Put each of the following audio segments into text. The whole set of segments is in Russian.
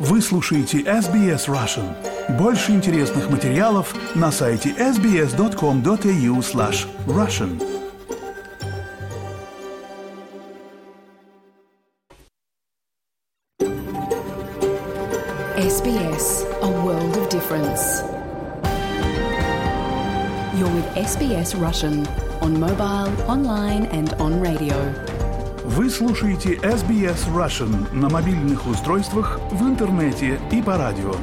Вы слушаете SBS Russian. Больше интересных материалов на сайте sbs.com.au/russian. SBS, a world of difference. You're with SBS Russian on mobile, online and on radio. Вы слушаете SBS Russian на мобильных устройствах, в интернете и по радио.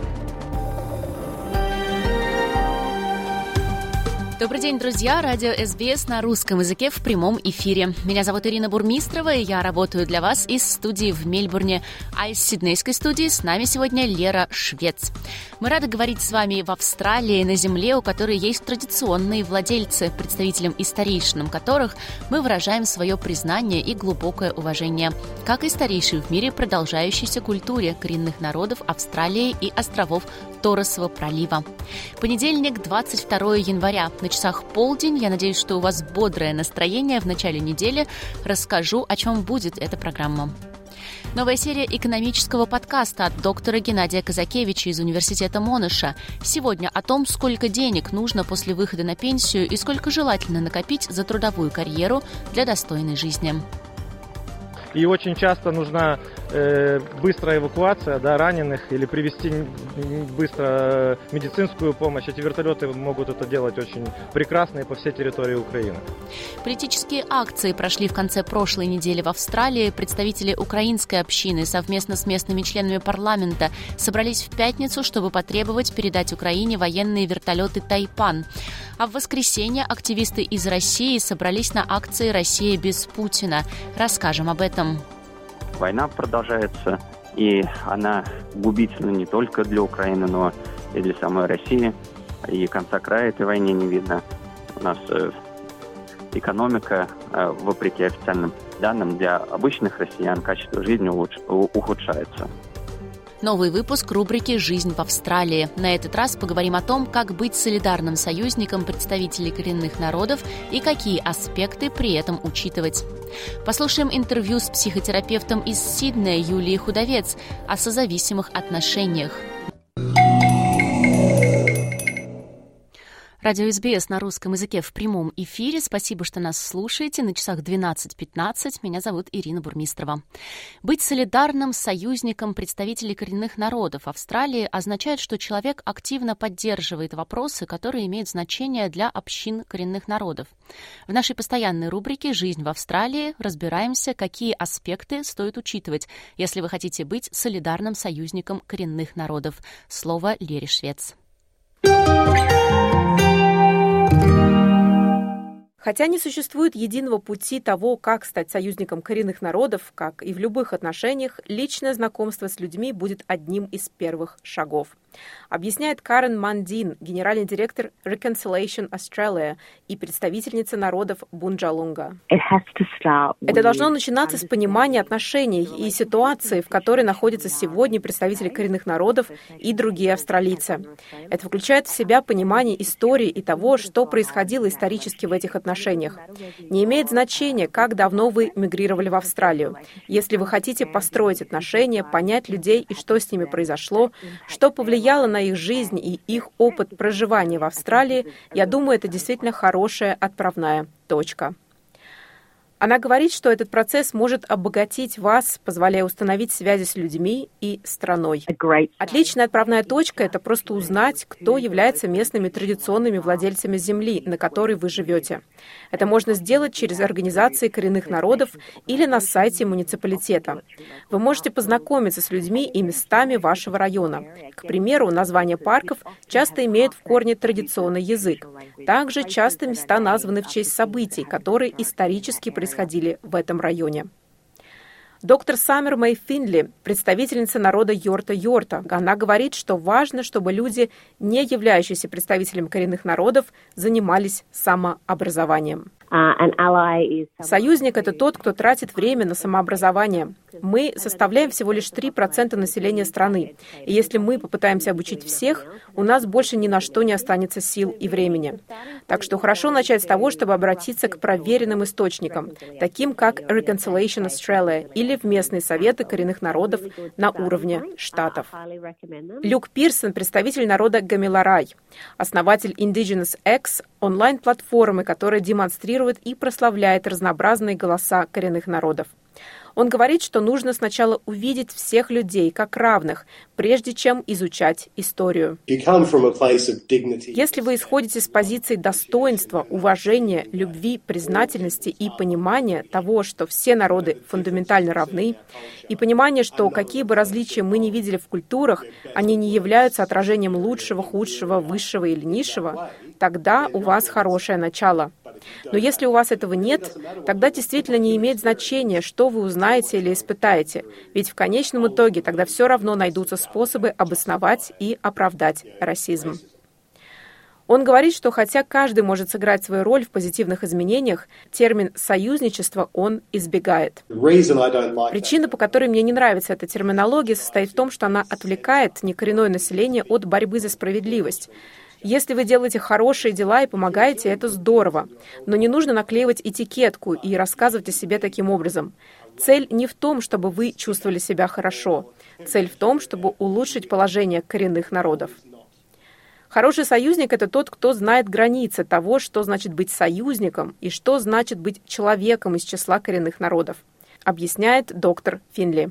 Добрый день, друзья! Радио СБС на русском языке в прямом эфире. Меня зовут Ирина Бурмистрова, и я работаю для вас из студии в Мельбурне. А из сиднейской студии с нами сегодня Лера Швец. Мы рады говорить с вами в Австралии, на земле, у которой есть традиционные владельцы, представителям и старейшинам которых мы выражаем свое признание и глубокое уважение, как и старейшей в мире продолжающейся культуре коренных народов Австралии и островов Торресового пролива. Понедельник, 22 января. На часах полдень. Я надеюсь, что у вас бодрое настроение в начале недели. Расскажу, о чем будет эта программа. Новая серия экономического подкаста от доктора Геннадия Казакевича из университета Монаша. Сегодня о том, сколько денег нужно после выхода на пенсию и сколько желательно накопить за трудовую карьеру для достойной жизни. И очень часто нужна быстрая эвакуация раненых или привезти быстро медицинскую помощь. Эти вертолеты могут это делать очень прекрасно и по всей территории Украины. Политические акции прошли в конце прошлой недели в Австралии. Представители украинской общины совместно с местными членами парламента собрались в пятницу, чтобы потребовать передать Украине военные вертолеты «Тайпан». А в воскресенье активисты из России собрались на акции «Россия без Путина». Расскажем об этом. Война продолжается, и она губительна не только для Украины, но и для самой России. И конца края этой войне не видно. У нас экономика, вопреки официальным данным, для обычных россиян качество жизни ухудшается. Новый выпуск рубрики «Жизнь в Австралии». На этот раз поговорим о том, как быть солидарным союзником представителей коренных народов и какие аспекты при этом учитывать. Послушаем интервью с психотерапевтом из Сиднея Юлией Худовец о созависимых отношениях. Радио СБС на русском языке в прямом эфире. Спасибо, что нас слушаете. На часах 12:15. Меня зовут Ирина Бурмистрова. Быть солидарным союзником представителей коренных народов Австралии означает, что человек активно поддерживает вопросы, которые имеют значение для общин коренных народов. В нашей постоянной рубрике «Жизнь в Австралии» разбираемся, какие аспекты стоит учитывать, если вы хотите быть солидарным союзником коренных народов. Слово Лере Швец. Хотя не существует единого пути того, как стать союзником коренных народов, как и в любых отношениях, личное знакомство с людьми будет одним из первых шагов. Объясняет Карен Мандин, генеральный директор Reconciliation Australia и представительница народов Бунджалунга. Это должно начинаться с понимания отношений и ситуации, в которой находятся сегодня представители коренных народов и другие австралийцы. Это включает в себя понимание истории и того, что происходило исторически в этих отношениях. Не имеет значения, как давно вы мигрировали в Австралию. Если вы хотите построить отношения, понять людей и что с ними произошло, что повлияло на их жизнь и их опыт проживания в Австралии, я думаю, это действительно хорошая отправная точка. Она говорит, что этот процесс может обогатить вас, позволяя установить связи с людьми и страной. Отличная отправная точка – это просто узнать, кто является местными традиционными владельцами земли, на которой вы живете. Это можно сделать через организации коренных народов или на сайте муниципалитета. Вы можете познакомиться с людьми и местами вашего района. К примеру, названия парков часто имеют в корне традиционный язык. Также часто места названы в честь событий, которые исторически происходили в этом районе. Доктор Саммер Мэй Финли, представительница народа Йорта-Йорта, она говорит, что важно, чтобы люди, не являющиеся представителями коренных народов, занимались самообразованием. Союзник – это тот, кто тратит время на самообразование. Мы составляем всего лишь 3% населения страны. И если мы попытаемся обучить всех, у нас больше ни на что не останется сил и времени. Так что хорошо начать с того, чтобы обратиться к проверенным источникам, таким как Reconciliation Australia или или в местные советы коренных народов на уровне штатов. Люк Пирсон, представитель народа Гамиларай, основатель Indigenous X, онлайн-платформы, которая демонстрирует и прославляет разнообразные голоса коренных народов. Он говорит, что нужно сначала увидеть всех людей как равных, прежде чем изучать историю. Если вы исходите с позиции достоинства, уважения, любви, признательности и понимания того, что все народы фундаментально равны, и понимания, что какие бы различия мы ни видели в культурах, они не являются отражением лучшего, худшего, высшего или низшего, тогда у вас хорошее начало. Но если у вас этого нет, тогда действительно не имеет значения, что вы узнаете или испытаете, ведь в конечном итоге тогда все равно найдутся способы обосновать и оправдать расизм. Он говорит, что хотя каждый может сыграть свою роль в позитивных изменениях, термин «союзничество» он избегает. Причина, по которой мне не нравится эта терминология, состоит в том, что она отвлекает некоренное население от борьбы за справедливость. Если вы делаете хорошие дела и помогаете, это здорово. Но не нужно наклеивать этикетку и рассказывать о себе таким образом. Цель не в том, чтобы вы чувствовали себя хорошо. Цель в том, чтобы улучшить положение коренных народов. Хороший союзник — это тот, кто знает границы того, что значит быть союзником и что значит быть человеком из числа коренных народов, объясняет доктор Финли.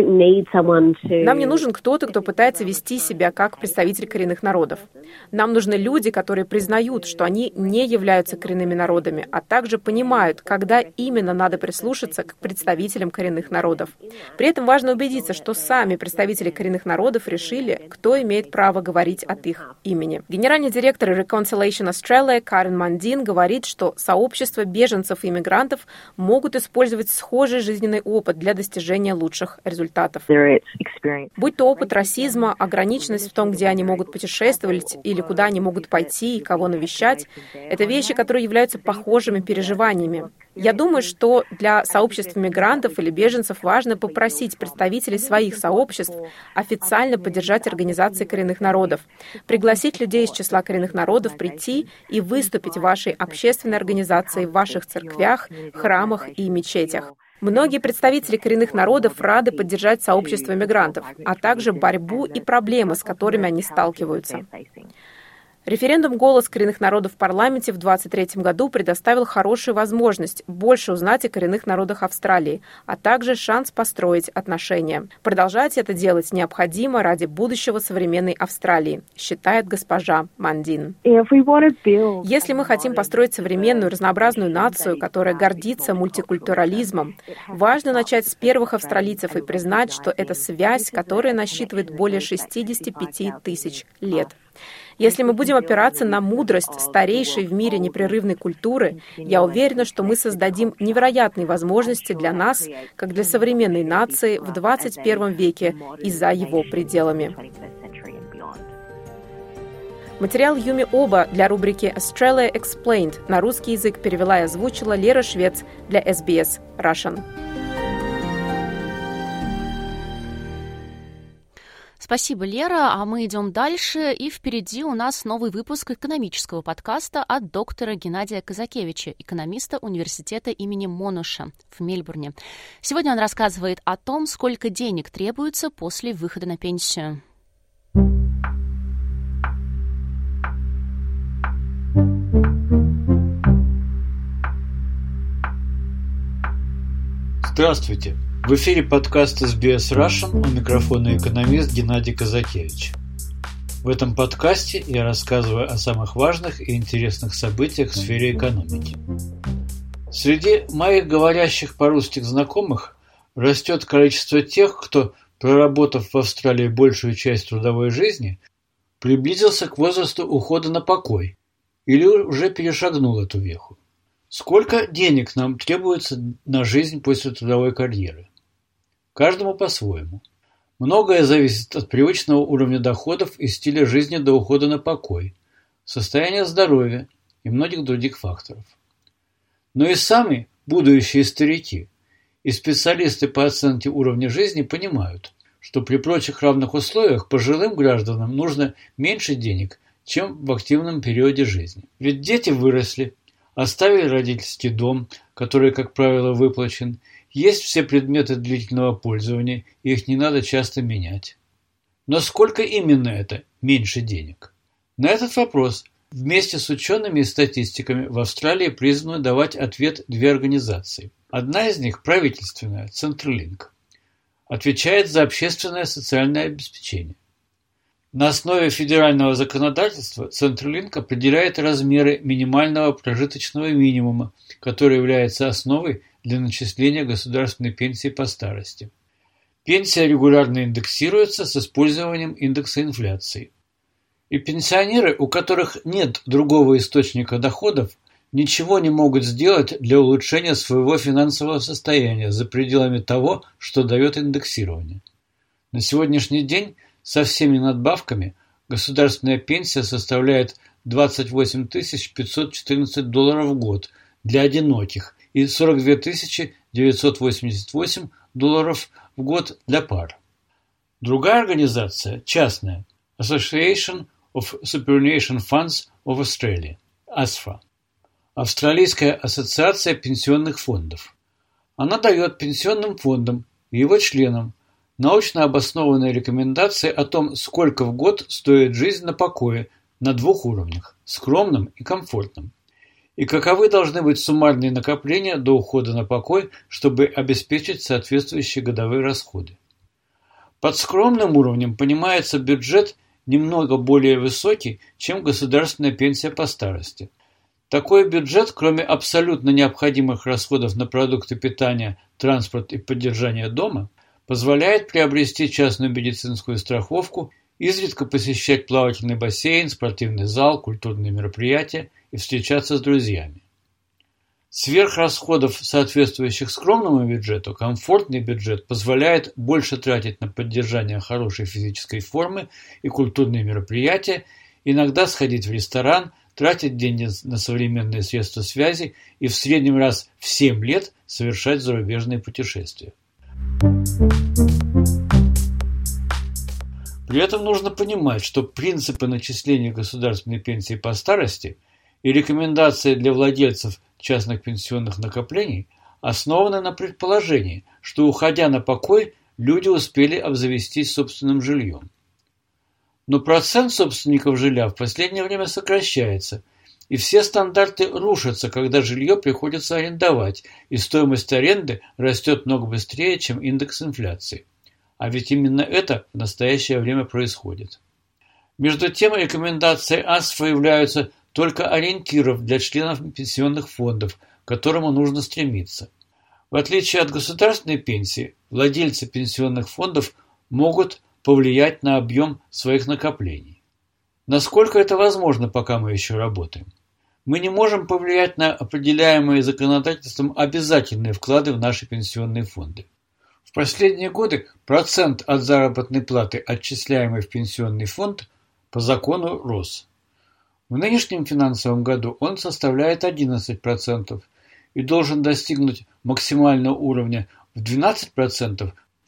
Нам не нужен кто-то, кто пытается вести себя как представитель коренных народов. Нам нужны люди, которые признают, что они не являются коренными народами, а также понимают, когда именно надо прислушаться к представителям коренных народов. При этом важно убедиться, что сами представители коренных народов решили, кто имеет право говорить от их имени. Генеральный директор Reconciliation Australia Карен Мандин говорит, что сообщества беженцев и иммигрантов могут использовать схожий жизненный опыт для достижения лучших результатов. Будь то опыт расизма, ограниченность в том, где они могут путешествовать или куда они могут пойти и кого навещать, это вещи, которые являются похожими переживаниями. Я думаю, что для сообществ мигрантов или беженцев важно попросить представителей своих сообществ официально поддержать организации коренных народов, пригласить людей из числа коренных народов прийти и выступить в вашей общественной организации, в ваших церквях, храмах и мечетях. Многие представители коренных народов рады поддержать сообщество мигрантов, а также борьбу и проблемы, с которыми они сталкиваются. Референдум «Голос коренных народов» в парламенте в 2023 году предоставил хорошую возможность больше узнать о коренных народах Австралии, а также шанс построить отношения. Продолжать это делать необходимо ради будущего современной Австралии, считает госпожа Мандин. Если мы хотим построить современную разнообразную нацию, которая гордится мультикультурализмом, важно начать с первых австралийцев и признать, что это связь, которая насчитывает более 65 тысяч лет. Если мы будем опираться на мудрость старейшей в мире непрерывной культуры, я уверена, что мы создадим невероятные возможности для нас, как для современной нации в 21 веке и за его пределами. Материал Юми Оба для рубрики Australia Explained на русский язык перевела и озвучила Лера Швец для SBS Russian. Спасибо, Лера. А мы идем дальше. И впереди у нас новый выпуск экономического подкаста от доктора Геннадия Казакевича, экономиста университета имени Монуша в Мельбурне. Сегодня он рассказывает о том, сколько денег требуется после выхода на пенсию. Здравствуйте! В эфире подкаст SBS Russian, у микрофона экономист Геннадий Казакевич. В этом подкасте я рассказываю о самых важных и интересных событиях в сфере экономики. Среди моих говорящих по-русски знакомых растет количество тех, кто, проработав в Австралии большую часть трудовой жизни, приблизился к возрасту ухода на покой или уже перешагнул эту веху. Сколько денег нам требуется на жизнь после трудовой карьеры? Каждому по-своему. Многое зависит от привычного уровня доходов и стиля жизни до ухода на покой, состояния здоровья и многих других факторов. Но и сами будущие старики и специалисты по оценке уровня жизни понимают, что при прочих равных условиях пожилым гражданам нужно меньше денег, чем в активном периоде жизни. Ведь дети выросли, оставили родительский дом, который, как правило, выплачен, Есть все предметы длительного пользования, и их не надо часто менять. Но сколько именно это меньше денег? На этот вопрос вместе с учеными и статистиками в Австралии призваны давать ответ две организации. Одна из них, правительственная, Centrelink, отвечает за общественное социальное обеспечение. На основе федерального законодательства Centrelink определяет размеры минимального прожиточного минимума, который является основой для начисления государственной пенсии по старости. Пенсия регулярно индексируется с использованием индекса инфляции. И пенсионеры, у которых нет другого источника доходов, ничего не могут сделать для улучшения своего финансового состояния за пределами того, что дает индексирование. На сегодняшний день со всеми надбавками государственная пенсия составляет $28 514 в год для одиноких и $42 988 в год для пар. Другая организация, частная, Association of Superannuation Funds of Australia, ASFA, Австралийская ассоциация пенсионных фондов. Она дает пенсионным фондам и его членам научно обоснованные рекомендации о том, сколько в год стоит жизнь на покое на двух уровнях – скромном и комфортном, и каковы должны быть суммарные накопления до ухода на покой, чтобы обеспечить соответствующие годовые расходы. Под скромным уровнем понимается бюджет немного более высокий, чем государственная пенсия по старости. Такой бюджет, кроме абсолютно необходимых расходов на продукты питания, транспорт и поддержание дома, позволяет приобрести частную медицинскую страховку, изредка посещать плавательный бассейн, спортивный зал, культурные мероприятия и встречаться с друзьями. Сверх расходов, соответствующих скромному бюджету, комфортный бюджет позволяет больше тратить на поддержание хорошей физической формы и культурные мероприятия, иногда сходить в ресторан, тратить деньги на современные средства связи и в среднем раз в 7 лет совершать зарубежные путешествия. При этом нужно понимать, что принципы начисления государственной пенсии по старости и рекомендации для владельцев частных пенсионных накоплений основаны на предположении, что, уходя на покой, люди успели обзавестись собственным жильем. Но процент собственников жилья в последнее время сокращается, и все стандарты рушатся, когда жилье приходится арендовать, и стоимость аренды растет много быстрее, чем индекс инфляции. А ведь именно это в настоящее время происходит. Между тем, рекомендации ASFA являются только ориентиром для членов пенсионных фондов, к которому нужно стремиться. В отличие от государственной пенсии, владельцы пенсионных фондов могут повлиять на объем своих накоплений. Насколько это возможно, пока мы еще работаем? Мы не можем повлиять на определяемые законодательством обязательные вклады в наши пенсионные фонды. В последние годы процент от заработной платы, отчисляемой в пенсионный фонд, по закону рос. В нынешнем финансовом году он составляет 11% и должен достигнуть максимального уровня в 12% в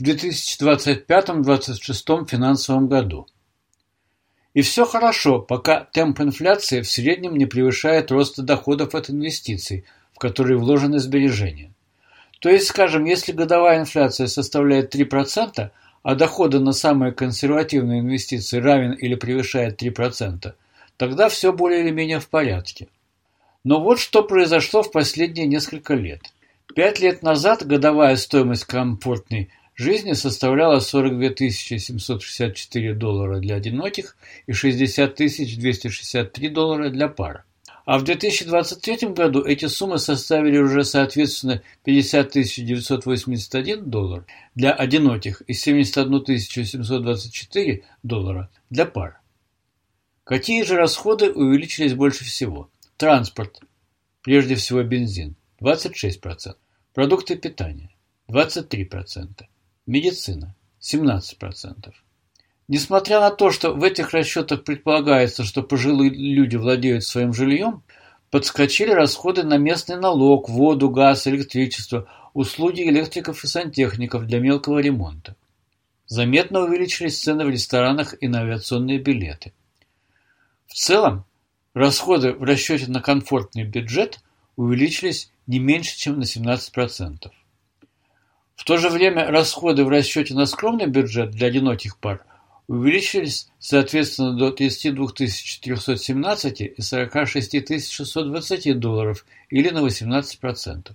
2025-2026 финансовом году. И все хорошо, пока темп инфляции в среднем не превышает роста доходов от инвестиций, в которые вложены сбережения. То есть, скажем, если годовая инфляция составляет 3%, а доходы на самые консервативные инвестиции равен или превышает 3%, тогда все более или менее в порядке. Но вот что произошло в последние несколько лет. 5 лет назад годовая стоимость комфортной жизни составляла $42 764 для одиноких и $60 263 для пар. А в 2023 году эти суммы составили уже соответственно $50 981 для одиноких и $71 724 для пар. Какие же расходы увеличились больше всего? Транспорт, прежде всего бензин, 26%, продукты питания, 23%, медицина, 17%. Несмотря на то, что в этих расчетах предполагается, что пожилые люди владеют своим жильем, подскочили расходы на местный налог, воду, газ, электричество, услуги электриков и сантехников для мелкого ремонта. Заметно увеличились цены в ресторанах и на авиационные билеты. В целом, расходы в расчете на комфортный бюджет увеличились не меньше, чем на 17%. В то же время расходы в расчете на скромный бюджет для одиноких пар увеличились, соответственно, до $32 317 и $46 620 или на 18%.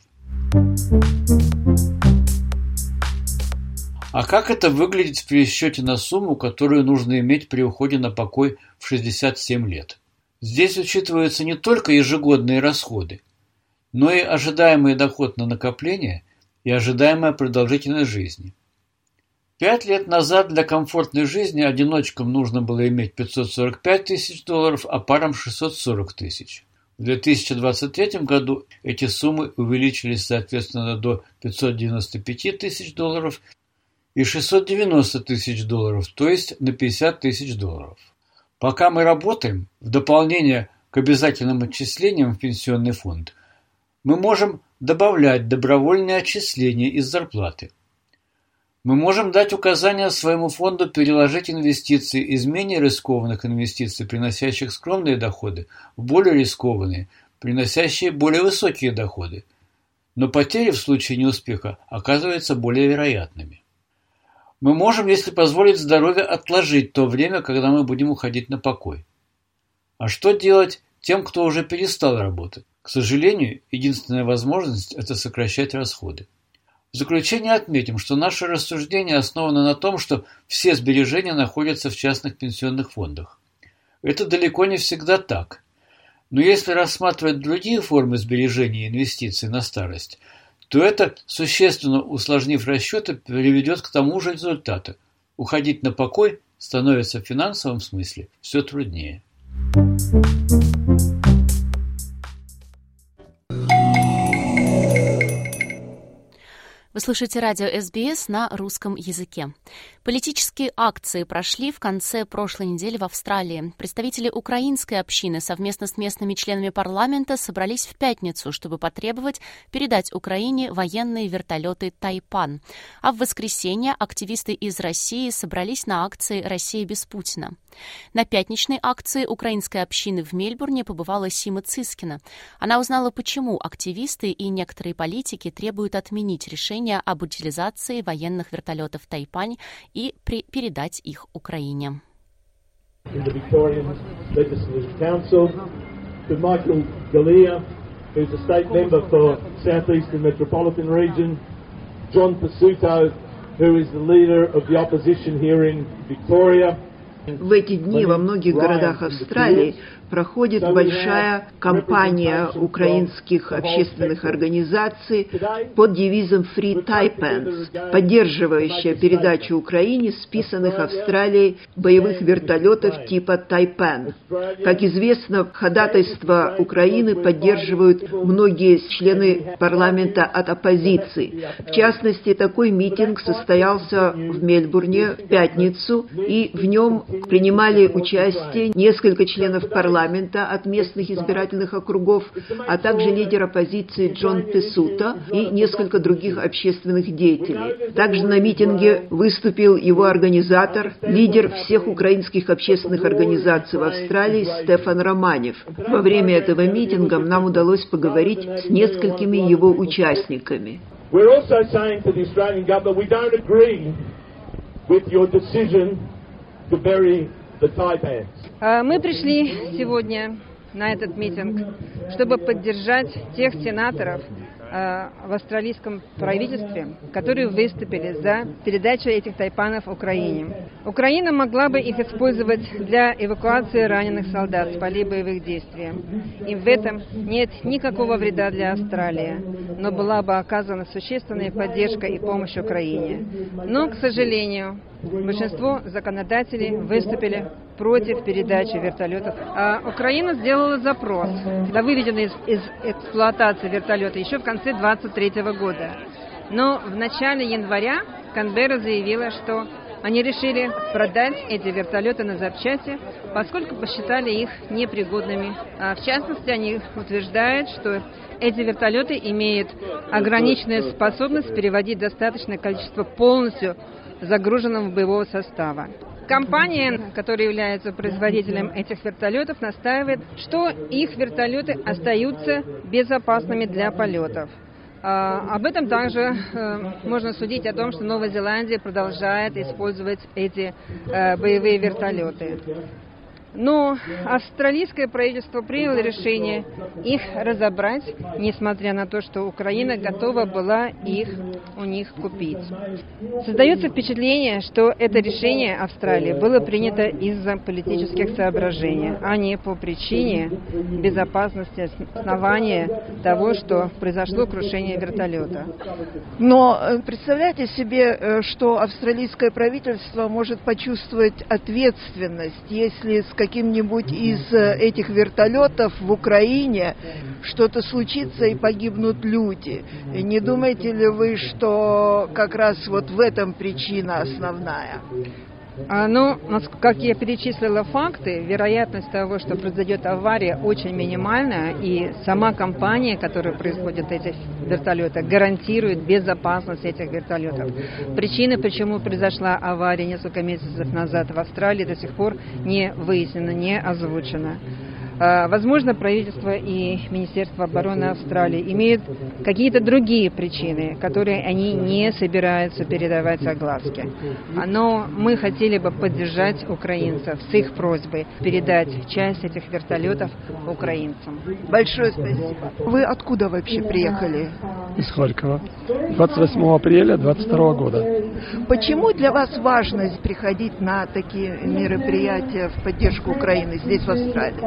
А как это выглядит в пересчете на сумму, которую нужно иметь при уходе на покой в 67 лет? Здесь учитываются не только ежегодные расходы, но и ожидаемый доход на накопление и ожидаемая продолжительность жизни. 5 лет назад для комфортной жизни одиночкам нужно было иметь $545 тысяч, а парам $640 тысяч. В 2023 году эти суммы увеличились, соответственно, до $595 тысяч и $690 тысяч, то есть на $50 тысяч. Пока мы работаем, в дополнение к обязательным отчислениям в пенсионный фонд, мы можем добавлять добровольные отчисления из зарплаты. Мы можем дать указания своему фонду переложить инвестиции из менее рискованных инвестиций, приносящих скромные доходы, в более рискованные, приносящие более высокие доходы. Но потери в случае неуспеха оказываются более вероятными. Мы можем, если позволит здоровье, отложить то время, когда мы будем уходить на покой. А что делать тем, кто уже перестал работать? К сожалению, единственная возможность – это сокращать расходы. В заключение отметим, что наше рассуждение основано на том, что все сбережения находятся в частных пенсионных фондах. Это далеко не всегда так. Но если рассматривать другие формы сбережений и инвестиций на старость, то это, существенно усложнив расчеты, приведет к тому же результату. Уходить на покой становится в финансовом смысле все труднее. Вы слушаете радио СБС на русском языке. Политические акции прошли в конце прошлой недели в Австралии. Представители украинской общины совместно с местными членами парламента собрались в пятницу, чтобы потребовать передать Украине военные вертолеты «Тайпан». А в воскресенье активисты из России собрались на акции «Россия без Путина». На пятничной акции украинской общины в Мельбурне побывала Сима Цискина. Она узнала, почему активисты и некоторые политики требуют отменить решение об утилизации военных вертолетов «Тайпань» и передать их Украине. В эти дни во многих городах Австралии проходит большая кампания украинских общественных организаций под девизом «Free Taipans», поддерживающая передачу Украине списанных Австралией боевых вертолетов типа «Тайпан». Как известно, ходатайство Украины поддерживают многие члены парламента от оппозиции. В частности, такой митинг состоялся в Мельбурне в пятницу, и в нем принимали участие несколько членов парламента от местных избирательных округов, а также лидер оппозиции Джон Песута и несколько других общественных деятелей. Также на митинге выступил его организатор, лидер всех украинских общественных организаций в Австралии Стефан Романев. Во время этого митинга нам удалось поговорить с несколькими его участниками. Мы пришли сегодня на этот митинг, чтобы поддержать тех сенаторов в австралийском правительстве, которые выступили за передачу этих тайпанов Украине. Украина могла бы их использовать для эвакуации раненых солдат с полей боевых действий. И в этом нет никакого вреда для Австралии, но была бы оказана существенная поддержка и помощь Украине. Но, к сожалению, большинство законодателей выступили против передачи вертолетов. Украина сделала запрос на выведенные из эксплуатации вертолеты еще в конце 2023 года. Но в начале января Канберра заявила, что они решили продать эти вертолеты на запчасти, поскольку посчитали их непригодными. В частности, они утверждают, что эти вертолеты имеют ограниченную способность переводить достаточное количество полностью загруженного боевого состава. Компания, которая является производителем этих вертолетов, настаивает, что их вертолеты остаются безопасными для полетов. Об этом также можно судить о том, что Новая Зеландия продолжает использовать эти боевые вертолеты. Но австралийское правительство приняло решение их разобрать, несмотря на то, что Украина готова была их у них купить. Создается впечатление, что это решение Австралии было принято из-за политических соображений, а не по причине безопасности основания того, что произошло крушение вертолета. Но представляете себе, что австралийское правительство может почувствовать ответственность, если с каким-нибудь из этих вертолетов в Украине что-то случится и погибнут люди. И не думаете ли вы, что как раз вот в этом причина основная? Как я перечислила факты, вероятность того, что произойдет авария, очень минимальная, и сама компания, которая производит эти вертолеты, гарантирует безопасность этих вертолетов. Причина, почему произошла авария несколько месяцев назад в Австралии, до сих пор не выяснена, не озвучена. Возможно, правительство и Министерство обороны Австралии имеют какие-то другие причины, которые они не собираются передавать огласке. Но мы хотели бы поддержать украинцев с их просьбой передать часть этих вертолетов украинцам. Большое спасибо. Вы откуда вообще приехали? Из Харькова. 28 апреля 2022 года. Почему для вас важно приходить на такие мероприятия в поддержку Украины здесь, в Австралии?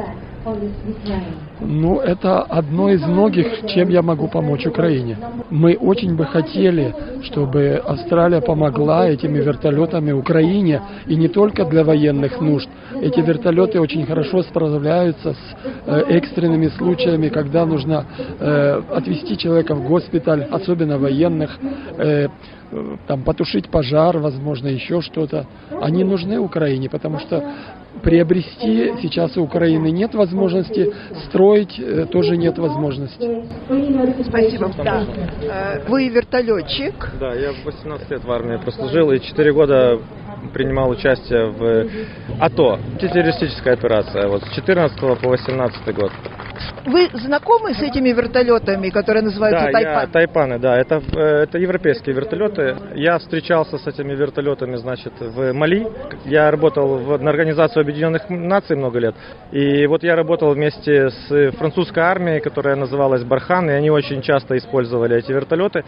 Это одно из многих, чем я могу помочь Украине. Мы очень бы хотели, чтобы Австралия помогла этими вертолетами Украине, и не только для военных нужд. Эти вертолеты очень хорошо справляются с экстренными случаями, когда нужно отвезти человека в госпиталь, особенно военных, потушить пожар, возможно, еще что-то. Они нужны Украине, потому что приобрести сейчас у Украины нет возможности, строить тоже нет возможности. Спасибо. Да. Вы вертолетчик? Да, я 18 лет в армии прослужил и 4 года принимал участие в АТО, террористическая операция, с 14 по 18 год. Вы знакомы с этими вертолетами, которые называются Тайпан? Тайпаны, да, это европейские вертолеты. Я встречался с этими вертолетами, в Мали. Я работал на Организацию Объединенных Наций много лет. И я работал вместе с французской армией, которая называлась Бархан, и они очень часто использовали эти вертолеты.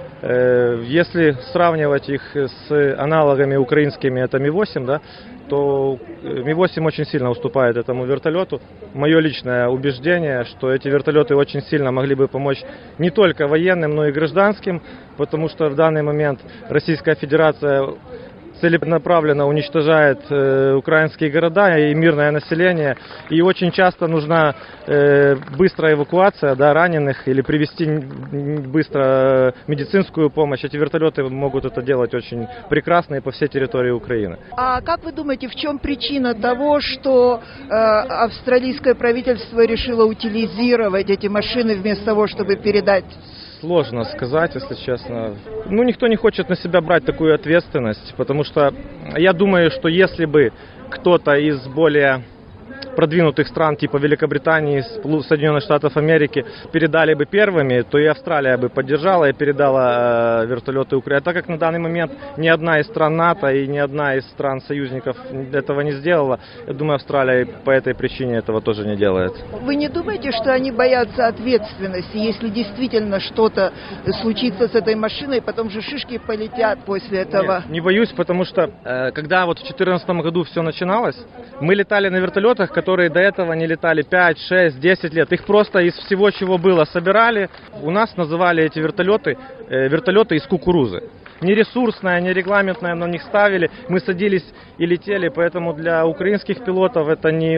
Если сравнивать их с аналогами украинскими, это Ми-8, то Ми-8 очень сильно уступает этому вертолету. Мое личное убеждение, что эти вертолеты очень сильно могли бы помочь не только военным, но и гражданским, потому что в данный момент Российская Федерация целенаправленно уничтожает украинские города и мирное население. И очень часто нужна быстрая эвакуация раненых или привести быстро медицинскую помощь. Эти вертолеты могут это делать очень прекрасно и по всей территории Украины. А как вы думаете, в чем причина того, что австралийское правительство решило утилизировать эти машины вместо того, чтобы передать? Сложно сказать, если честно. Никто не хочет на себя брать такую ответственность, потому что я думаю, что если бы кто-то из более продвинутых стран, типа Великобритании, Соединенных Штатов Америки, передали бы первыми, то и Австралия бы поддержала и передала вертолеты Украине. А так как на данный момент ни одна из стран НАТО и ни одна из стран-союзников этого не сделала, я думаю, Австралия по этой причине этого тоже не делает. Вы не думаете, что они боятся ответственности, если действительно что-то случится с этой машиной, потом же шишки полетят после этого? Нет, не боюсь, потому что когда в 2014 году все начиналось, мы летали на вертолетах, которые до этого не летали 5, 6, 10 лет. Их просто из всего, чего было, собирали. У нас называли эти вертолеты из кукурузы. Не ресурсная, не регламентная, но на них ставили. Мы садились и летели, поэтому для украинских пилотов это не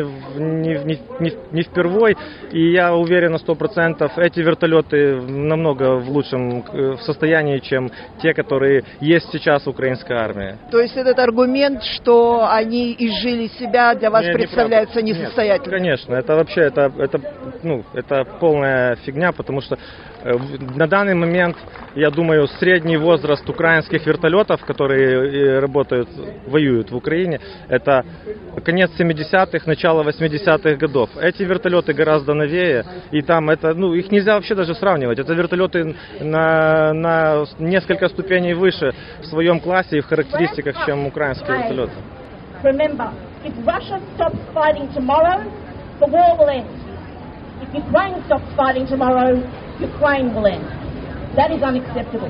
впервой. И я уверен на 100%, эти вертолеты намного в лучшем состоянии, чем те, которые есть сейчас в украинской армии. То есть этот аргумент, что они изжили себя, для вас представляется несостоятельным? Нет, конечно, это вообще это полная фигня, потому что на данный момент, я думаю, средний возраст украинцев украинских вертолетов, которые воюют в Украине, это конец 70-х, начало 80-х годов. Эти вертолеты гораздо новее, и там их нельзя вообще даже сравнивать. Это вертолеты на несколько ступеней выше в своем классе и в характеристиках, чем украинские вертолеты. Remember, if Russia stops fighting tomorrow, the war will end. If Ukraine stops fighting tomorrow, Ukraine will end. That is unacceptable.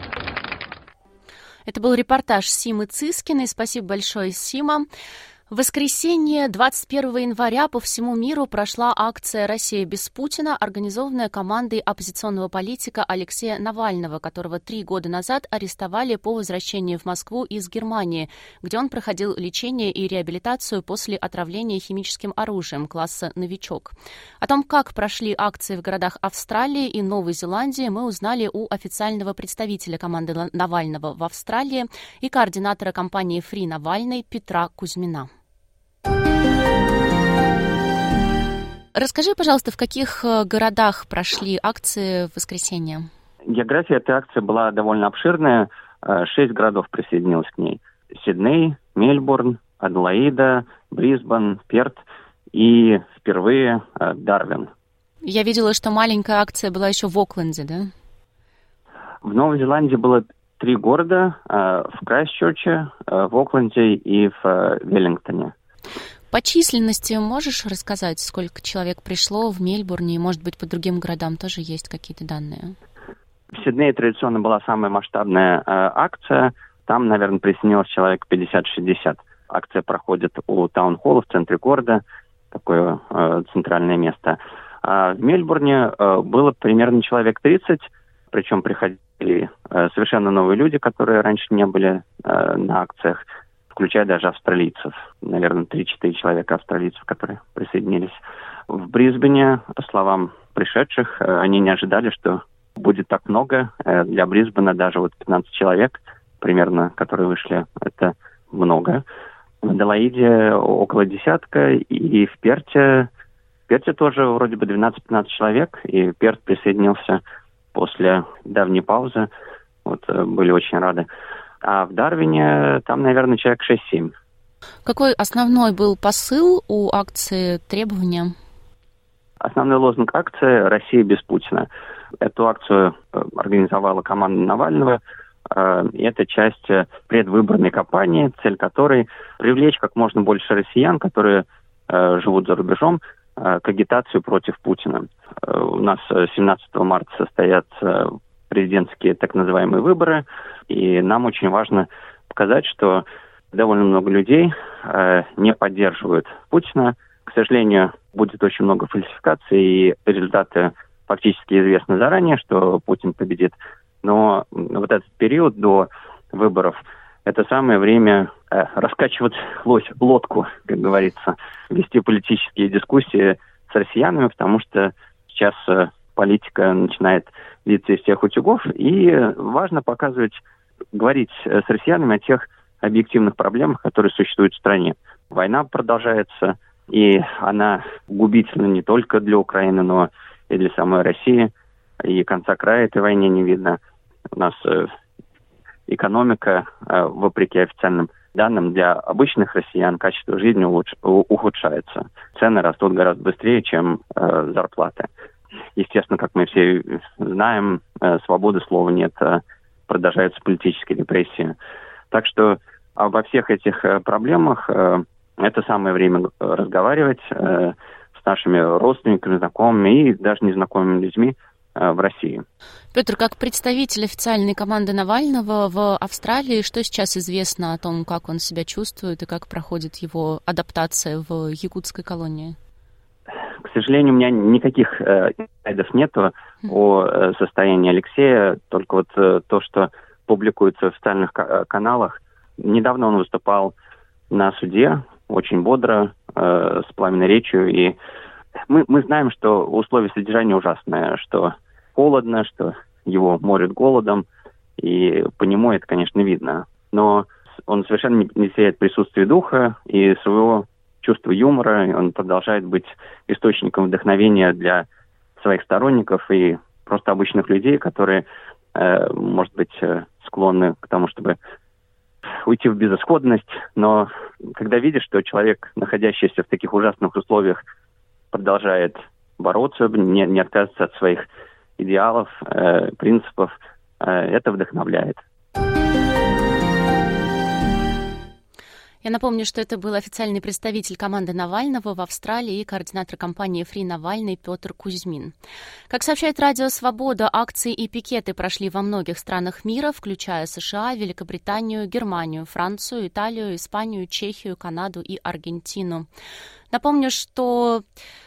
Это был репортаж Симы Цискиной. Спасибо большое, Сима. В воскресенье, 21 января, по всему миру прошла акция «Россия без Путина», организованная командой оппозиционного политика Алексея Навального, которого 3 года назад арестовали по возвращении в Москву из Германии, где он проходил лечение и реабилитацию после отравления химическим оружием класса «Новичок». О том, как прошли акции в городах Австралии и Новой Зеландии, мы узнали у официального представителя команды Навального в Австралии и координатора кампании «Фри Навальный» Петра Кузьмина. Расскажи, пожалуйста, в каких городах прошли акции в воскресенье? География этой акции была довольно обширная. 6 городов присоединилось к ней. Сидней, Мельбурн, Аделаида, Брисбен, Перт и впервые Дарвин. Я видела, что маленькая акция была еще в Окленде, да? В Новой Зеландии было 3 города. В Крайстчерче, в Окленде и в Веллингтоне. По численности можешь рассказать, сколько человек пришло в Мельбурне, и, может быть, по другим городам тоже есть какие-то данные? В Сиднее традиционно была самая масштабная акция. Там, наверное, присоединилось человек 50-60. Акция проходит у таун-холла в центре города, такое центральное место. А в Мельбурне было примерно человек 30, причем приходили совершенно новые люди, которые раньше не были на акциях, включая даже австралийцев. Наверное, 3-4 человека австралийцев, которые присоединились. В Брисбене, по словам пришедших, они не ожидали, что будет так много. Для Брисбена даже 15 человек примерно, которые вышли, это много. В Аделаиде около десятка, и в Перте тоже вроде бы 12-15 человек, и Перт присоединился после давней паузы. Были очень рады. А в Дарвине там, наверное, человек 6-7. Какой основной был посыл у акции, требования? Основной лозунг акции «Россия без Путина». Эту акцию организовала команда Навального. И это часть предвыборной кампании, цель которой привлечь как можно больше россиян, которые живут за рубежом, к агитации против Путина. У нас 17 марта состоятся президентские так называемые выборы, и нам очень важно показать, что довольно много людей не поддерживают Путина. К сожалению, будет очень много фальсификаций, и результаты фактически известны заранее, что Путин победит. Но вот этот период до выборов – это самое время раскачивать лодку, как говорится, вести политические дискуссии с россиянами, потому что сейчас политика начинает литься из всех утюгов, и важно говорить с россиянами о тех объективных проблемах, которые существуют в стране. Война продолжается, и она губительна не только для Украины, но и для самой России, и конца края этой войне не видно. У нас экономика, вопреки официальным данным, для обычных россиян качество жизни ухудшается. Цены растут гораздо быстрее, чем зарплаты. Естественно, как мы все знаем, свободы слова нет, продолжаются политические репрессии. Так что обо всех этих проблемах это самое время разговаривать с нашими родственниками, знакомыми и даже незнакомыми людьми в России. Петр, как представитель официальной команды Навального в Австралии, что сейчас известно о том, как он себя чувствует и как проходит его адаптация в якутской колонии? К сожалению, у меня никаких инсайдов нету о состоянии Алексея, только то, что публикуется в официальных каналах. Недавно он выступал на суде, очень бодро, с пламенной речью, и мы знаем, что условия содержания ужасные, что холодно, что его морят голодом, и по нему это, конечно, видно. Но он совершенно не теряет присутствие духа и своего чувства юмора, и он продолжает быть источником вдохновения для своих сторонников и просто обычных людей, которые может быть, склонны к тому, чтобы уйти в безысходность, но когда видишь, что человек, находящийся в таких ужасных условиях, продолжает бороться, не отказываться от своих идеалов, принципов, это вдохновляет. Я напомню, что это был официальный представитель команды Навального в Австралии и координатор кампании «Фри Навальный» Петр Кузьмин. Как сообщает Радио Свобода, акции и пикеты прошли во многих странах мира, включая США, Великобританию, Германию, Францию, Италию, Испанию, Чехию, Канаду и Аргентину. Напомню, что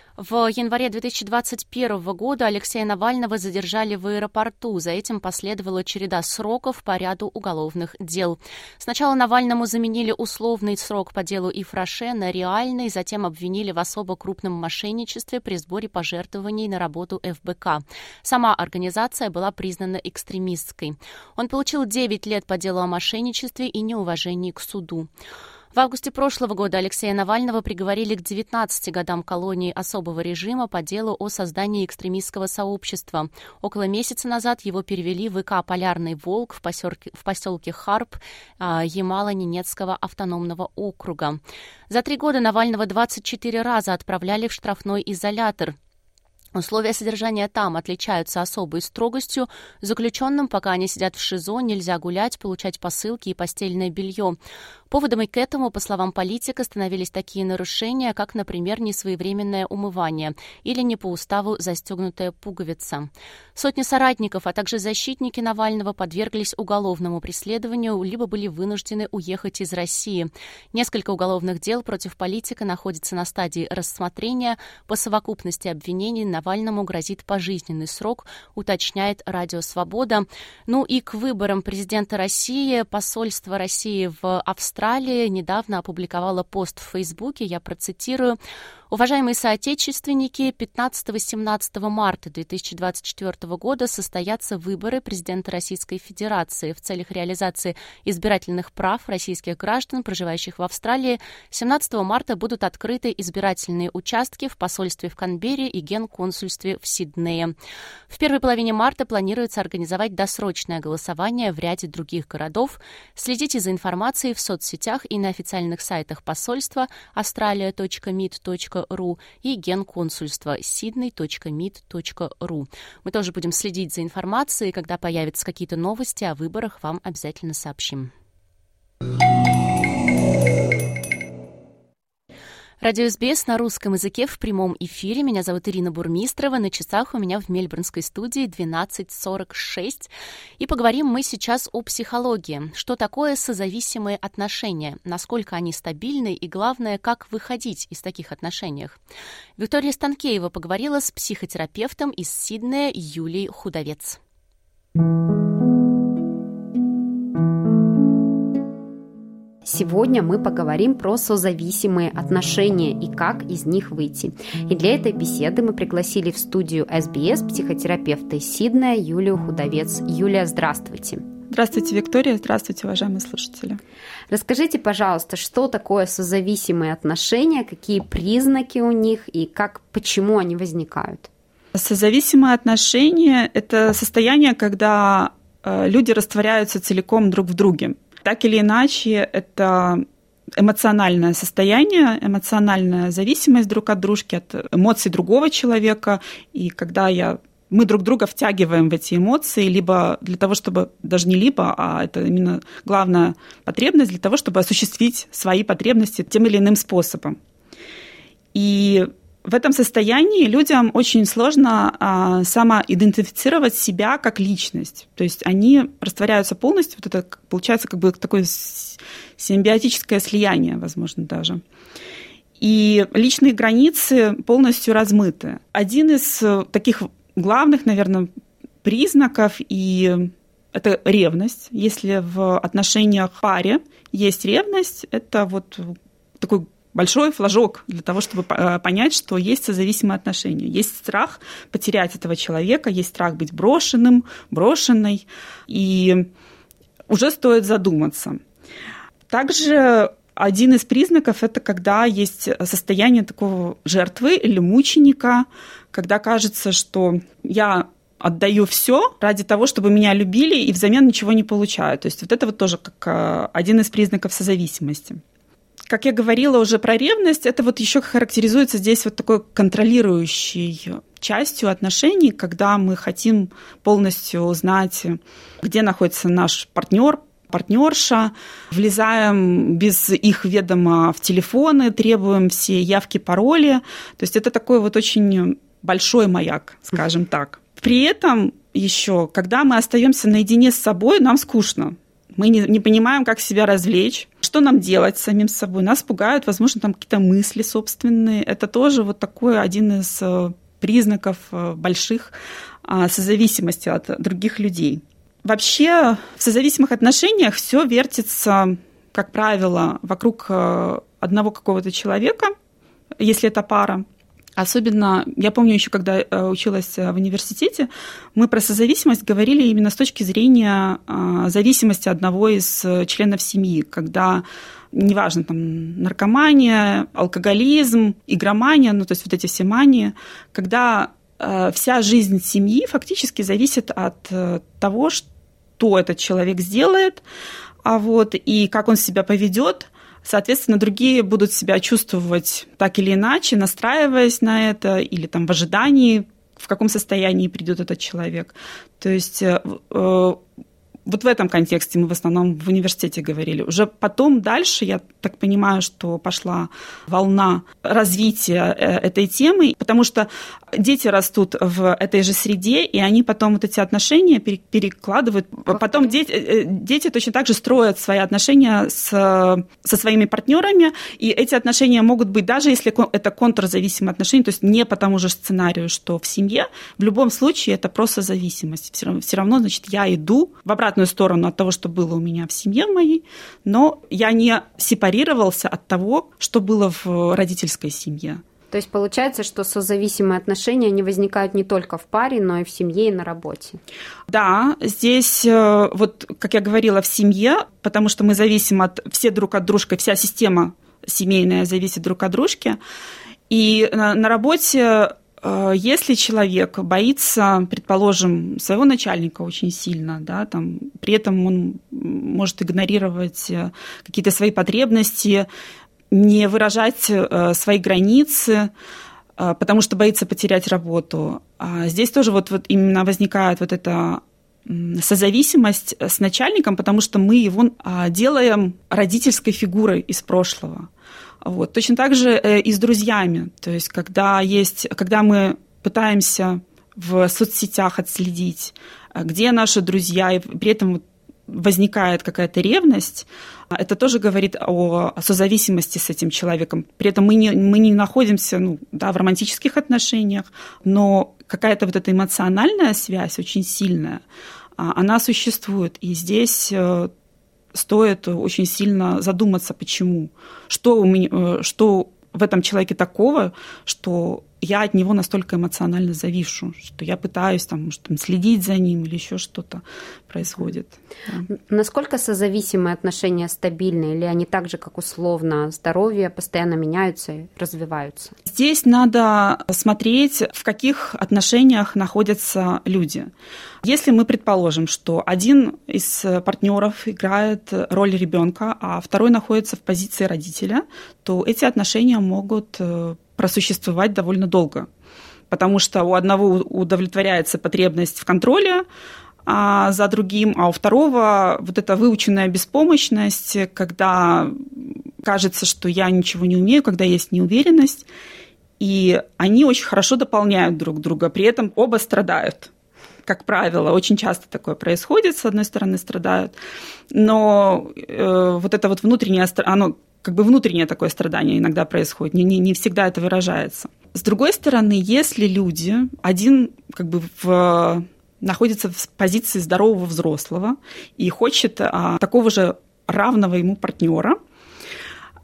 в январе 2021 года Алексея Навального задержали в аэропорту. За этим последовала череда сроков по ряду уголовных дел. Сначала Навальному заменили условный срок по делу Ифраше на реальный, затем обвинили в особо крупном мошенничестве при сборе пожертвований на работу ФБК. Сама организация была признана экстремистской. Он получил 9 лет по делу о мошенничестве и неуважении к суду. В августе прошлого года Алексея Навального приговорили к 19 годам колонии особого режима по делу о создании экстремистского сообщества. Около месяца назад его перевели в ИК «Полярный волк» в поселке Харп Ямало-Ненецкого автономного округа. За 3 года Навального 24 раза отправляли в штрафной изолятор. Условия содержания там отличаются особой строгостью. Заключенным, пока они сидят в ШИЗО, нельзя гулять, получать посылки и постельное белье. Поводом и к этому, по словам политика, становились такие нарушения, как, например, несвоевременное умывание или не по уставу застегнутая пуговица. Сотни соратников, а также защитники Навального подверглись уголовному преследованию, либо были вынуждены уехать из России. Несколько уголовных дел против политика находятся на стадии рассмотрения. По совокупности обвинений Навальному грозит пожизненный срок, уточняет Радио Свобода. Ну и к выборам президента России посольство России в Австралии недавно опубликовало пост в Фейсбуке, я процитирую. Уважаемые соотечественники, 15-17 марта 2024 года состоятся выборы президента Российской Федерации. В целях реализации избирательных прав российских граждан, проживающих в Австралии, 17 марта будут открыты избирательные участки в посольстве в Канберре и генконсульстве в Сиднее. В первой половине марта планируется организовать досрочное голосование в ряде других городов. Следите за информацией в соцсетях и на официальных сайтах посольства australia.mit.ru и генконсульства sydney.mit.ru. Мы тоже будем следить за информацией. Когда появятся какие-то новости о выборах, вам обязательно сообщим. Радио СБС на русском языке в прямом эфире. Меня зовут Ирина Бурмистрова. На часах у меня в мельбурнской студии 12:46. И поговорим мы сейчас о психологии. Что такое созависимые отношения? Насколько они стабильны? И главное, как выходить из таких отношений? Виктория Станкеева поговорила с психотерапевтом из Сиднея Юлией Худовец. Сегодня мы поговорим про созависимые отношения и как из них выйти. И для этой беседы мы пригласили в студию СБС психотерапевта из Сиднея Юлию Худовец. Юлия, здравствуйте. Здравствуйте, Виктория. Здравствуйте, уважаемые слушатели. Расскажите, пожалуйста, что такое созависимые отношения, какие признаки у них и почему они возникают? Созависимые отношения – это состояние, когда люди растворяются целиком друг в друге. Так или иначе, это эмоциональное состояние, эмоциональная зависимость друг от дружки, от эмоций другого человека. И когда мы друг друга втягиваем в эти эмоции, либо для того, чтобы, даже не либо, а это именно главная потребность, для того, чтобы осуществить свои потребности тем или иным способом. И в этом состоянии людям очень сложно самоидентифицировать себя как личность. То есть они растворяются полностью. Вот это получается как бы такое симбиотическое слияние, возможно, даже. И личные границы полностью размыты. Один из таких главных, наверное, признаков и это ревность. Если в отношениях в паре есть ревность, это вот такой большой флажок для того, чтобы понять, что есть созависимые отношения. Есть страх потерять этого человека, есть страх быть брошенным, брошенной, и уже стоит задуматься. Также один из признаков – это когда есть состояние такого жертвы или мученика, когда кажется, что я отдаю все ради того, чтобы меня любили, и взамен ничего не получаю. То есть вот это вот тоже как один из признаков созависимости. Как я говорила уже про ревность, это вот еще характеризуется здесь вот такой контролирующей частью отношений, когда мы хотим полностью узнать, где находится наш партнер, партнерша, влезаем без их ведома в телефоны, требуем все явки, пароли. То есть это такой вот очень большой маяк, скажем так. При этом еще, когда мы остаемся наедине с собой, нам скучно. Мы не понимаем, как себя развлечь, что нам делать с самим собой. Нас пугают, возможно, там какие-то мысли собственные. Это тоже вот такой один из признаков больших созависимости от других людей. Вообще в созависимых отношениях все вертится, как правило, вокруг одного какого-то человека, если это пара. Особенно, я помню еще, когда училась в университете, мы про созависимость говорили именно с точки зрения зависимости одного из членов семьи, когда, неважно, там, наркомания, алкоголизм, игромания, ну, то есть вот эти все мании, когда вся жизнь семьи фактически зависит от того, что этот человек сделает, и как он себя поведет. Соответственно, другие будут себя чувствовать так или иначе, настраиваясь на это, или там в ожидании, в каком состоянии придет этот человек. То есть вот в этом контексте мы в основном в университете говорили. Уже потом дальше, я так понимаю, что пошла волна развития этой темы, потому что дети растут в этой же среде, и они потом вот эти отношения перекладывают. Потом дети точно так же строят свои отношения со своими партнерами, и эти отношения могут быть, даже если это контрзависимые отношения, то есть не по тому же сценарию, что в семье, в любом случае это просто зависимость. Все равно, значит, я иду в обратную сторону от того, что было у меня в семье моей, но я не сепарировался от того, что было в родительской семье. То есть получается, что созависимые отношения, они возникают не только в паре, но и в семье, и на работе. Да, здесь, вот как я говорила, в семье, потому что мы зависим все друг от дружки, вся система семейная зависит друг от дружки, и на работе, если человек боится, предположим, своего начальника очень сильно, да, там, при этом он может игнорировать какие-то свои потребности, не выражать свои границы, потому что боится потерять работу. Здесь тоже вот именно возникает вот эта созависимость с начальником, потому что мы его делаем родительской фигурой из прошлого. Вот. Точно так же и с друзьями. То есть когда мы пытаемся в соцсетях отследить, где наши друзья, и при этом возникает какая-то ревность, это тоже говорит о созависимости с этим человеком. При этом мы не находимся в романтических отношениях, но какая-то вот эта эмоциональная связь очень сильная, она существует. И здесь стоит очень сильно задуматься, почему. Что в этом человеке такого, что я от него настолько эмоционально завишу, что я пытаюсь следить за ним или еще что-то происходит. Да. Насколько созависимые отношения стабильны, или они так же, как условно здоровье, постоянно меняются и развиваются? Здесь надо смотреть, в каких отношениях находятся люди. Если мы предположим, что один из партнеров играет роль ребенка, а второй находится в позиции родителя, то эти отношения могут просуществовать довольно долго, потому что у одного удовлетворяется потребность в контроле за другим, а у второго вот эта выученная беспомощность, когда кажется, что я ничего не умею, когда есть неуверенность, и они очень хорошо дополняют друг друга, при этом оба страдают. Как правило, очень часто такое происходит, с одной стороны страдают, но вот это вот внутреннее, оно как бы внутреннее такое страдание иногда происходит, не всегда это выражается. С другой стороны, если люди, один как бы находится в позиции здорового взрослого и хочет такого же равного ему партнера,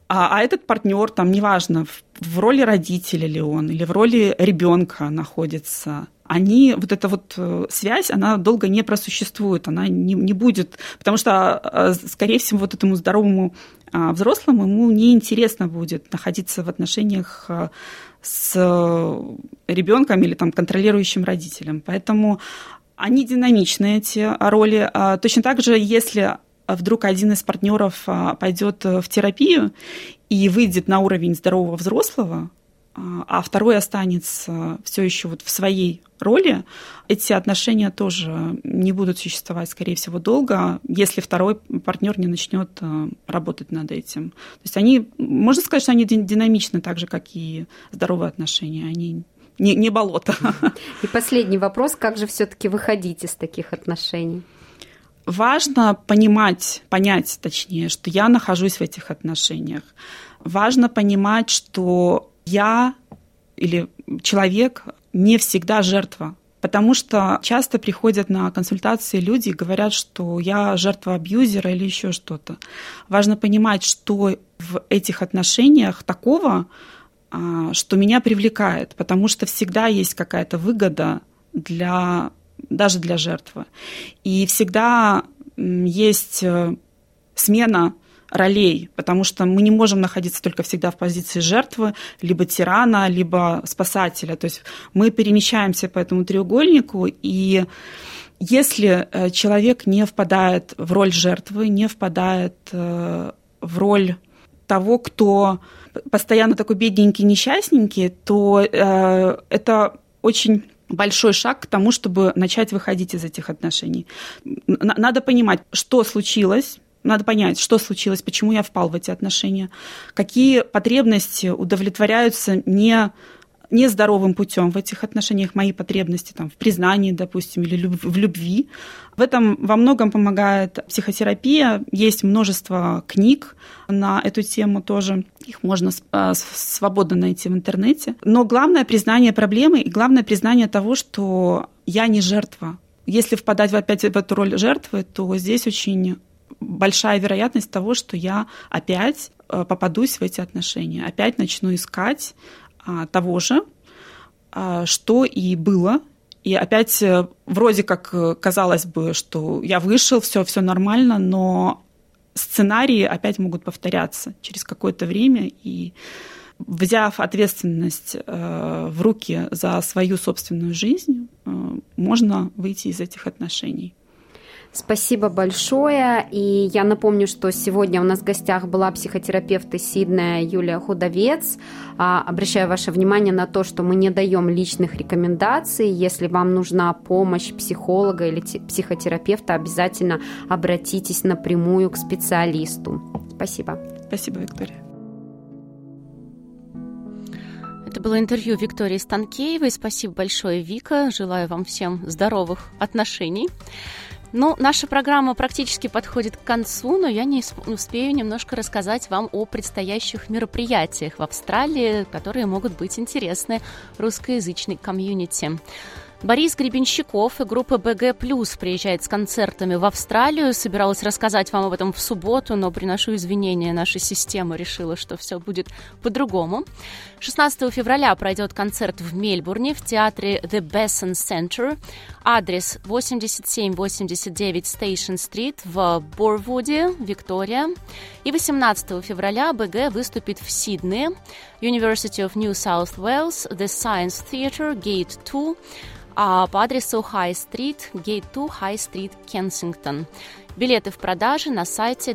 А этот партнер, там, неважно, в роли родителя ли он, или в роли ребенка находится, вот эта вот связь, она долго не просуществует, она не будет, потому что, скорее всего, вот этому здоровому взрослому ему неинтересно будет находиться в отношениях с ребенком или там контролирующим родителем. Поэтому они динамичны, эти роли. Точно так же, если вдруг один из партнеров пойдет в терапию и выйдет на уровень здорового взрослого, а второй останется все еще вот в своей роли, эти отношения тоже не будут существовать, скорее всего, долго, если второй партнер не начнет работать над этим. То есть они, можно сказать, что они динамичны так же, как и здоровые отношения, они не болото. И последний вопрос, как же все-таки выходить из таких отношений? Важно понять, что я нахожусь в этих отношениях. Важно понимать, что я или человек не всегда жертва. Потому что часто приходят на консультации люди и говорят, что я жертва абьюзера или еще что-то. Важно понимать, что в этих отношениях такого, что меня привлекает, потому что всегда есть какая-то выгода даже для жертвы. И всегда есть смена ролей, потому что мы не можем находиться только всегда в позиции жертвы, либо тирана, либо спасателя. То есть мы перемещаемся по этому треугольнику, и если человек не впадает в роль жертвы, не впадает в роль того, кто постоянно такой бедненький, несчастненький, то это очень большой шаг к тому, чтобы начать выходить из этих отношений. Надо понимать, что случилось, почему я впал в эти отношения, какие потребности удовлетворяются нездоровым путем в этих отношениях, мои потребности там, в признании, допустим, или в любви. В этом во многом помогает психотерапия. Есть множество книг на эту тему тоже. Их можно свободно найти в интернете. Но главное признание проблемы и главное признание того, что я не жертва. Если впадать опять в эту роль жертвы, то здесь очень большая вероятность того, что я опять попадусь в эти отношения, опять начну искать того же, что и было. И опять вроде как казалось бы, что я вышел, все нормально, но сценарии опять могут повторяться через какое-то время. И взяв ответственность в руки за свою собственную жизнь, можно выйти из этих отношений. Спасибо большое. И я напомню, что сегодня у нас в гостях была психотерапевт из Сиднея Юлия Худовец. Обращаю ваше внимание на то, что мы не даем личных рекомендаций. Если вам нужна помощь психолога или психотерапевта, обязательно обратитесь напрямую к специалисту. Спасибо. Спасибо, Виктория. Это было интервью Виктории Станкеевой. Спасибо большое, Вика. Желаю вам всем здоровых отношений. Наша программа практически подходит к концу, но я не успею немножко рассказать вам о предстоящих мероприятиях в Австралии, которые могут быть интересны русскоязычной комьюнити. Борис Гребенщиков и группа БГ Плюс приезжает с концертами в Австралию. Собиралась рассказать вам об этом в субботу, но приношу извинения. Наша система решила, что все будет по-другому. 16 февраля пройдет концерт в Мельбурне в театре The Besson Center. Адрес 8789 Station Street в Борвуде, Виктория. И 18 февраля БГ выступит в Сиднее, University of New South Wales, The Science Theatre, Gate 2, по адресу High Street, Gate 2, High Street, Кенсингтон. Билеты в продаже на сайте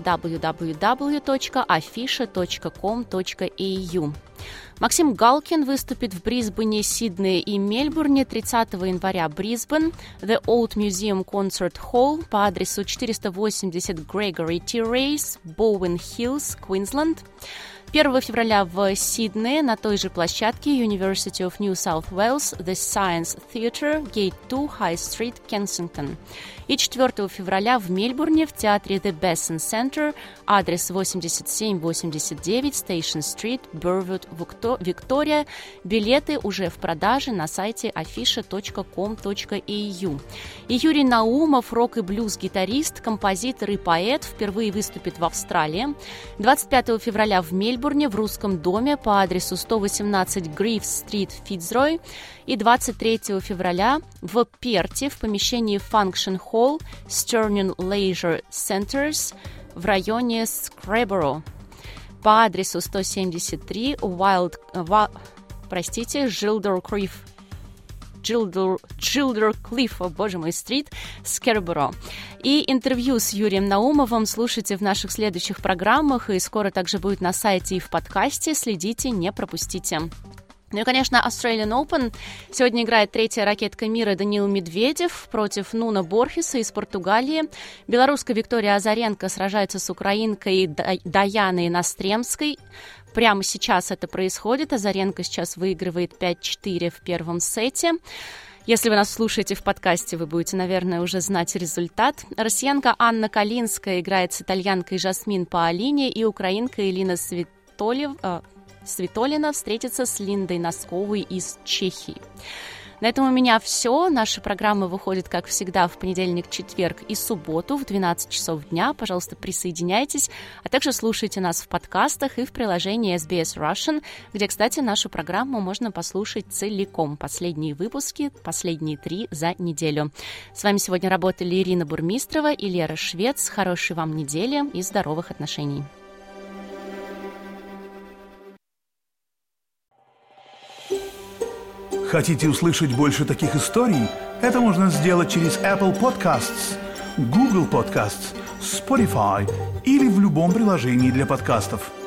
www.afisha.com.au. Максим Галкин выступит в Брисбене, Сиднее и Мельбурне 30 января Брисбен, The Old Museum Concert Hall по адресу 480 Gregory Terrace, Bowen Hills, Queensland. 1 февраля в Сиднее на той же площадке University of New South Wales, The Science Theatre, Gate 2, High Street, Кенсингтон. И 4 февраля в Мельбурне в театре The Besson Center, адрес 8789 Station Street, Burwood, Виктория. Билеты уже в продаже на сайте afisha.com.au. И Юрий Наумов, рок- и блюз-гитарист, композитор и поэт, впервые выступит в Австралии. 25 февраля в Мельбурне в Русском доме по адресу 118 Гриф-стрит, Фицрой. И 23 февраля в Перте в помещении Function Hall Stirling Leisure Centers в районе Скрэборо по адресу 173 Джилдер-Клифф, боже мой, стрит, Скэрборо. И интервью с Юрием Наумовым слушайте в наших следующих программах, и скоро также будет на сайте и в подкасте. Следите, не пропустите. Ну и, конечно, Australian Open. Сегодня играет третья ракетка мира Даниил Медведев против Нуно Борхеса из Португалии. Белоруска Виктория Азаренко сражается с украинкой Даяной Настремской. Прямо сейчас это происходит. Азаренко сейчас выигрывает 5-4 в первом сете. Если вы нас слушаете в подкасте, вы будете, наверное, уже знать результат. Россиянка Анна Калинская играет с итальянкой Жасмин Паолини, и украинка Элина Свитолина встретится с Линдой Носковой из Чехии. На этом у меня все. Наши программы выходят, как всегда, в понедельник, четверг и субботу в 12 часов дня. Пожалуйста, присоединяйтесь, а также слушайте нас в подкастах и в приложении SBS Russian, где, кстати, нашу программу можно послушать целиком. Последние выпуски, последние 3 за неделю. С вами сегодня работали Ирина Бурмистрова и Лера Швец. Хорошей вам недели и здоровых отношений. Хотите услышать больше таких историй? Это можно сделать через Apple Podcasts, Google Podcasts, Spotify или в любом приложении для подкастов.